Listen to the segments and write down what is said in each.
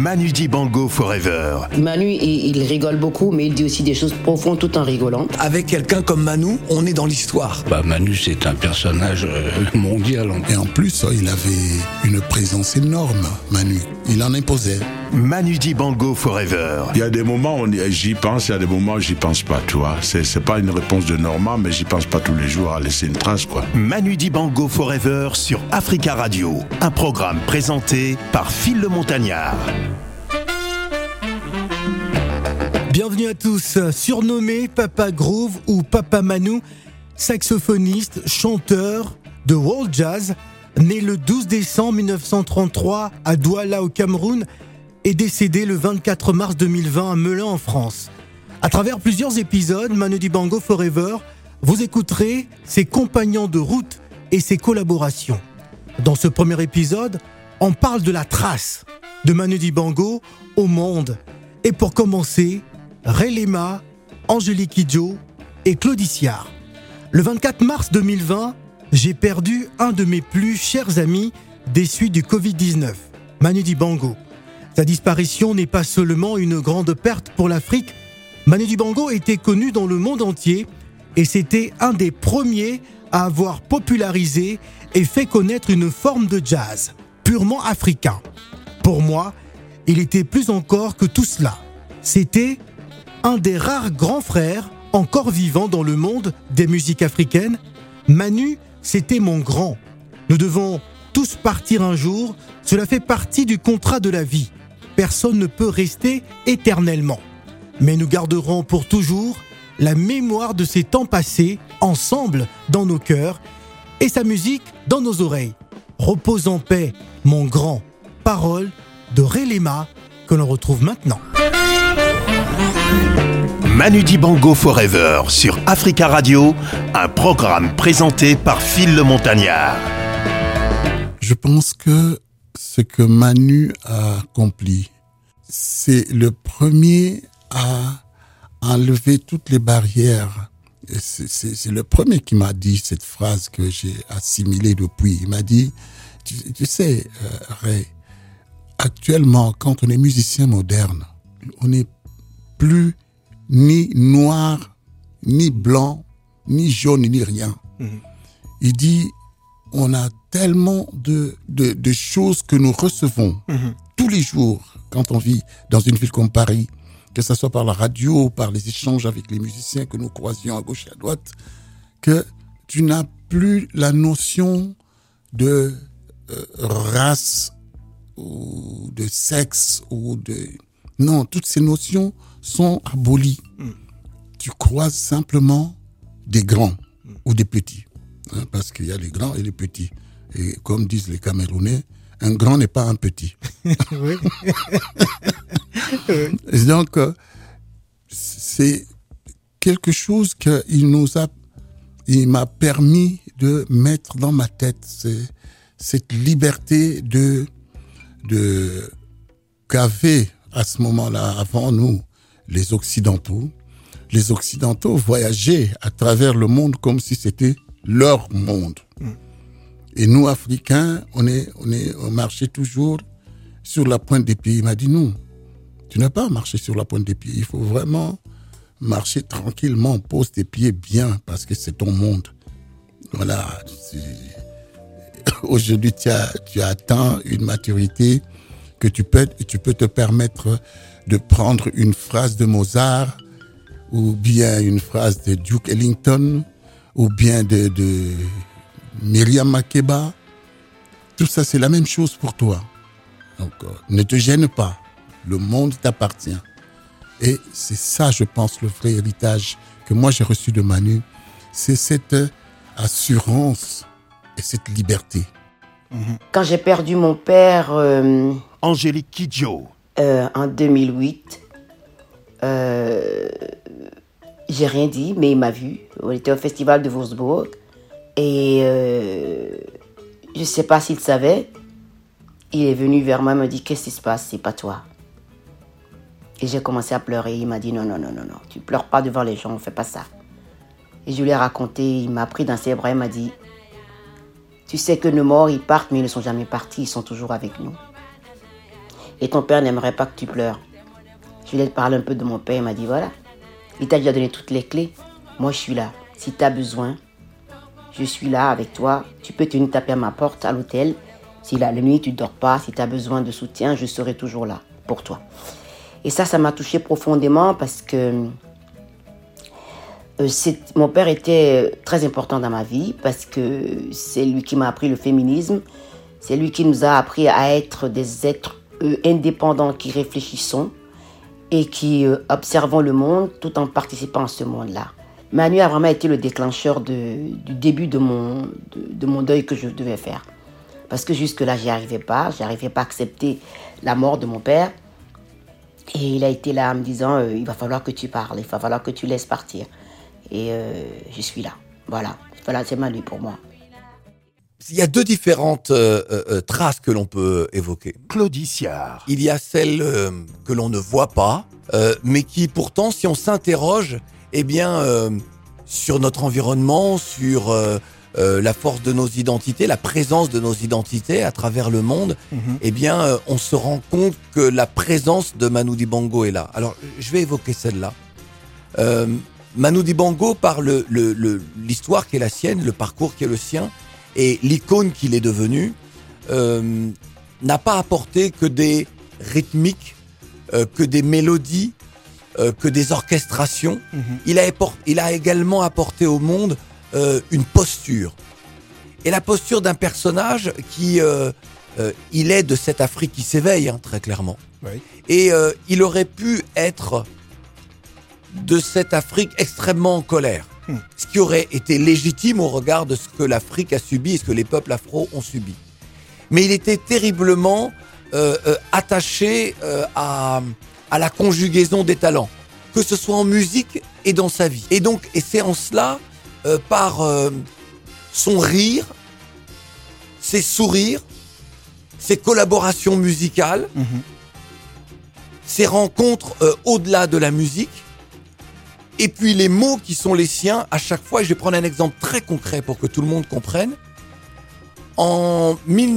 Manu Dibango Forever. Manu, il rigole beaucoup, mais il dit aussi des choses profondes tout en rigolant. Avec quelqu'un comme Manu, on est dans l'histoire. Manu, c'est un personnage mondial. Et en plus, il avait une présence énorme, Manu. Il en imposait. Manu Dibango Forever. Il y a des moments où j'y pense, il y a des moments où j'y pense pas, tu vois. C'est pas une réponse de Normand, mais j'y pense pas tous les jours à laisser une trace, quoi. Manu Dibango Forever sur Africa Radio. Un programme présenté par Phil le Montagnard. Bienvenue à tous. Surnommé Papa Groove ou Papa Manu, saxophoniste, chanteur de world jazz, né le 12 décembre 1933 à Douala au Cameroun et décédé le 24 mars 2020 à Melun en France. À travers plusieurs épisodes, Manu Dibango Forever, vous écouterez ses compagnons de route et ses collaborations. Dans ce premier épisode, on parle de la trace de Manu Dibango au monde. Et pour commencer, Ray Lema, Angélique Kidjo et Claudiciard. Le 24 mars 2020, j'ai perdu un de mes plus chers amis des suites du Covid-19, Manu Dibango. Sa disparition n'est pas seulement une grande perte pour l'Afrique. Manu Dibango était connu dans le monde entier et c'était un des premiers à avoir popularisé et fait connaître une forme de jazz purement africain. Pour moi, il était plus encore que tout cela. C'était un des rares grands frères encore vivants dans le monde des musiques africaines. Manu, c'était mon grand. Nous devons tous partir un jour. Cela fait partie du contrat de la vie. Personne ne peut rester éternellement. Mais nous garderons pour toujours la mémoire de ces temps passés ensemble dans nos cœurs et sa musique dans nos oreilles. Repose en paix, mon grand. Parole de Ray Lema que l'on retrouve maintenant. Manu Dibango Forever sur Africa Radio, un programme présenté par Phil le Montagnard. Je pense que ce que Manu a accompli, c'est le premier à enlever toutes les barrières. Et c'est le premier qui m'a dit cette phrase que j'ai assimilée depuis. Il m'a dit, tu sais, Ray, actuellement, quand on est musicien moderne, on n'est plus ni noir, ni blanc, ni jaune, ni rien. Il dit, on a tellement de choses que nous recevons tous les jours quand on vit dans une ville comme Paris, que ce soit par la radio, par les échanges avec les musiciens que nous croisions à gauche et à droite, que tu n'as plus la notion de race ou de sexe ou de... Non, toutes ces notions sont abolies. Tu croises simplement des grands ou des petits. Parce qu'il y a les grands et les petits. Et comme disent les Camerounais, un grand n'est pas un petit. Oui. Et donc, c'est quelque chose il m'a permis de mettre dans ma tête. Cette liberté qu'avaient à ce moment-là, avant nous, les Occidentaux. Les Occidentaux voyageaient à travers le monde comme si c'était leur monde. Et nous, Africains, on marchait toujours sur la pointe des pieds. Il m'a dit, non, tu n'as pas à marcher sur la pointe des pieds. Il faut vraiment marcher tranquillement, pose tes pieds bien, parce que c'est ton monde. Voilà. Aujourd'hui, tu as atteint une maturité que tu peux te permettre de prendre une phrase de Mozart ou bien une phrase de Duke Ellington ou bien de Myriam Makeba. Tout ça, c'est la même chose pour toi. Donc, ne te gêne pas. Le monde t'appartient. Et c'est ça, je pense, le vrai héritage que moi j'ai reçu de Manu. C'est cette assurance et cette liberté. Quand j'ai perdu mon père Angélique Kidjo. en 2008, j'ai rien dit, mais il m'a vu. On était au festival de Würzburg et je ne sais pas s'il savait. Il est venu vers moi et m'a dit « Qu'est-ce qui se passe? C'est pas toi. » Et j'ai commencé à pleurer. Il m'a dit « Non, tu pleures pas devant les gens, on fait pas ça. » Et je lui ai raconté, il m'a pris dans ses bras, il m'a dit « Tu sais que nos morts, ils partent, mais ils ne sont jamais partis, ils sont toujours avec nous. » et ton père n'aimerait pas que tu pleures. Je lui ai parlé un peu de mon père, il m'a dit voilà, il t'a déjà donné toutes les clés, moi je suis là. Si tu as besoin, je suis là avec toi, tu peux venir taper à ma porte à l'hôtel. Si la nuit tu ne dors pas, si tu as besoin de soutien, je serai toujours là pour toi. Et ça m'a touchée profondément parce que mon père était très important dans ma vie parce que c'est lui qui m'a appris le féminisme. C'est lui qui nous a appris à être des êtres indépendants qui réfléchissons et qui observons le monde tout en participant à ce monde-là. Manu a vraiment été le déclencheur du début de mon deuil que je devais faire. Parce que jusque-là, j'y arrivais pas à accepter la mort de mon père. Et il a été là en me disant, il va falloir que tu parles, il va falloir que tu laisses partir. Et je suis là. Voilà, c'est Manu pour moi. Il y a deux différentes traces que l'on peut évoquer. Claudie Siard. Il y a celles que l'on ne voit pas, mais qui pourtant, si on s'interroge, eh bien, sur notre environnement, sur la force de nos identités, la présence de nos identités à travers le monde, eh bien, on se rend compte que la présence de Manu Dibango est là. Alors, je vais évoquer celle-là. Manu Dibango, par l'histoire qui est la sienne, le parcours qui est le sien, et l'icône qu'il est devenu, n'a pas apporté que des rythmiques, que des mélodies, que des orchestrations. Il a également apporté au monde une posture. Et la posture d'un personnage qui, il est de cette Afrique qui s'éveille, très clairement. Oui. Et il aurait pu être de cette Afrique extrêmement en colère. Ce qui aurait été légitime au regard de ce que l'Afrique a subi et ce que les peuples afro ont subi. Mais il était terriblement attaché à la conjugaison des talents, que ce soit en musique et dans sa vie. Et c'est en cela, par son rire, ses sourires, ses collaborations musicales, ses rencontres au-delà de la musique, et puis les mots qui sont les siens à chaque fois. Et je vais prendre un exemple très concret pour que tout le monde comprenne. En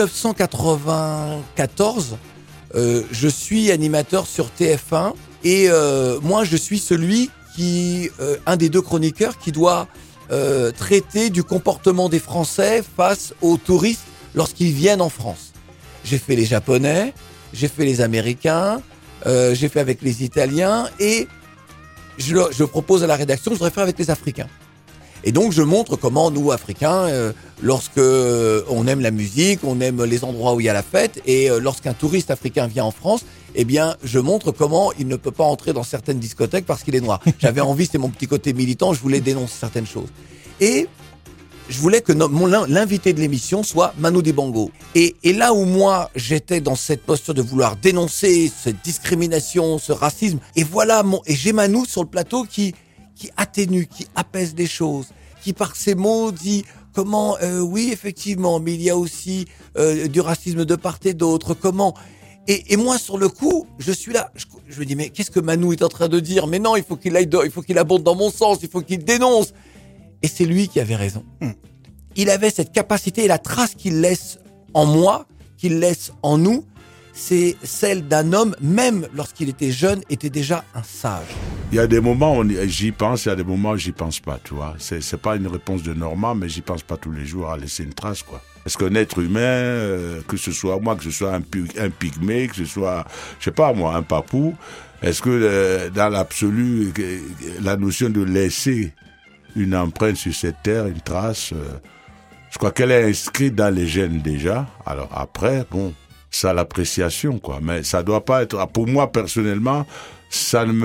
1994, je suis animateur sur TF1 et moi je suis celui un des deux chroniqueurs qui doit traiter du comportement des Français face aux touristes lorsqu'ils viennent en France. J'ai fait les Japonais, j'ai fait les Américains, j'ai fait avec les Italiens et je propose à la rédaction, je voudrais faire avec les Africains. Et donc, je montre comment nous, Africains, lorsque on aime la musique, on aime les endroits où il y a la fête, et lorsqu'un touriste africain vient en France, eh bien, je montre comment il ne peut pas entrer dans certaines discothèques parce qu'il est noir. J'avais envie, c'était mon petit côté militant, je voulais dénoncer certaines choses. Et je voulais que l'invité de l'émission soit Manu Dibango. Et là où moi, j'étais dans cette posture de vouloir dénoncer cette discrimination, ce racisme, et voilà, et j'ai Manu sur le plateau qui atténue, qui apaise les choses, qui par ses mots dit comment, oui, effectivement, mais il y a aussi du racisme de part et d'autre, comment... Et moi, sur le coup, je suis là, je me dis, mais qu'est-ce que Manu est en train de dire? Mais non, il faut qu'il abonde dans mon sens, il faut qu'il dénonce. Et c'est lui qui avait raison. Il avait cette capacité et la trace qu'il laisse en moi, qu'il laisse en nous, c'est celle d'un homme, même lorsqu'il était jeune, était déjà un sage. Il y a des moments où j'y pense, il y a des moments où j'y pense pas, tu vois. C'est pas une réponse de Normand, mais j'y pense pas tous les jours à laisser une trace, quoi. Est-ce qu'un être humain, que ce soit moi, que ce soit un pygmée, que ce soit, je sais pas moi, un papou, est-ce que dans l'absolu, la notion de laisser une empreinte sur cette terre, une trace, je crois qu'elle est inscrite dans les gènes déjà. Alors après, bon, ça l'appréciation, quoi. Mais ça doit pas être, pour moi personnellement, ça ne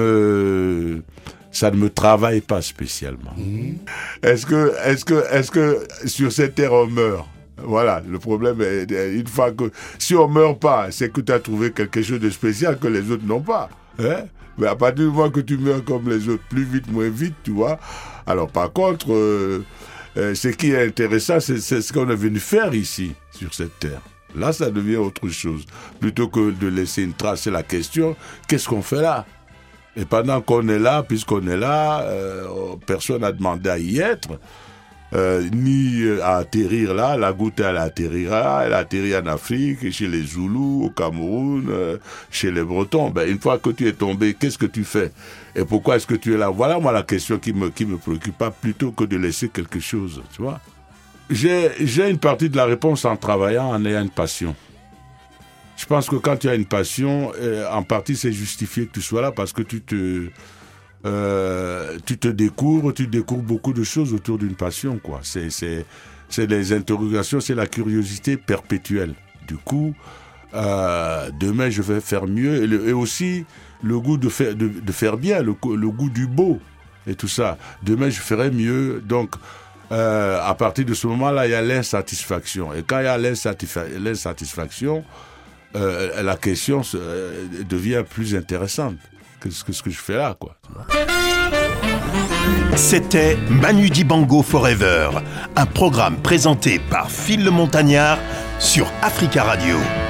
me travaille pas spécialement. Est-ce que sur cette terre on meurt? Voilà, le problème est, une fois que, si on meurt pas, c'est que tu as trouvé quelque chose de spécial que les autres n'ont pas, hein? Mais à partir du moment que tu meurs comme les autres, plus vite, moins vite, tu vois. Alors par contre, ce qui est intéressant, c'est ce qu'on est venu faire ici, sur cette terre. Là, ça devient autre chose. Plutôt que de laisser une trace, c'est la question, qu'est-ce qu'on fait là? Et pendant qu'on est là, puisqu'on est là, personne n'a demandé à y être. ni à atterrir là. La goutte, elle atterrira. Elle atterrit en Afrique, chez les Zoulous, au Cameroun, chez les Bretons. Ben, une fois que tu es tombé, qu'est-ce que tu fais? Et pourquoi est-ce que tu es là? Voilà, moi, la question qui me préoccupe, pas plutôt que de laisser quelque chose, tu vois. J'ai une partie de la réponse en travaillant, en ayant une passion. Je pense que quand tu as une passion, en partie, c'est justifié que tu sois là parce que tu te découvres beaucoup de choses autour d'une passion, quoi. C'est les interrogations, c'est la curiosité perpétuelle. Du coup, demain, je vais faire mieux. Et aussi, le goût de faire bien, le goût du beau et tout ça. Demain, je ferai mieux. Donc, à partir de ce moment-là, il y a l'insatisfaction. Et quand il y a l'insatisfaction, la question devient plus intéressante que ce que je fais là, quoi. C'était Manu Dibango Forever, un programme présenté par Phil le Montagnard sur Africa Radio.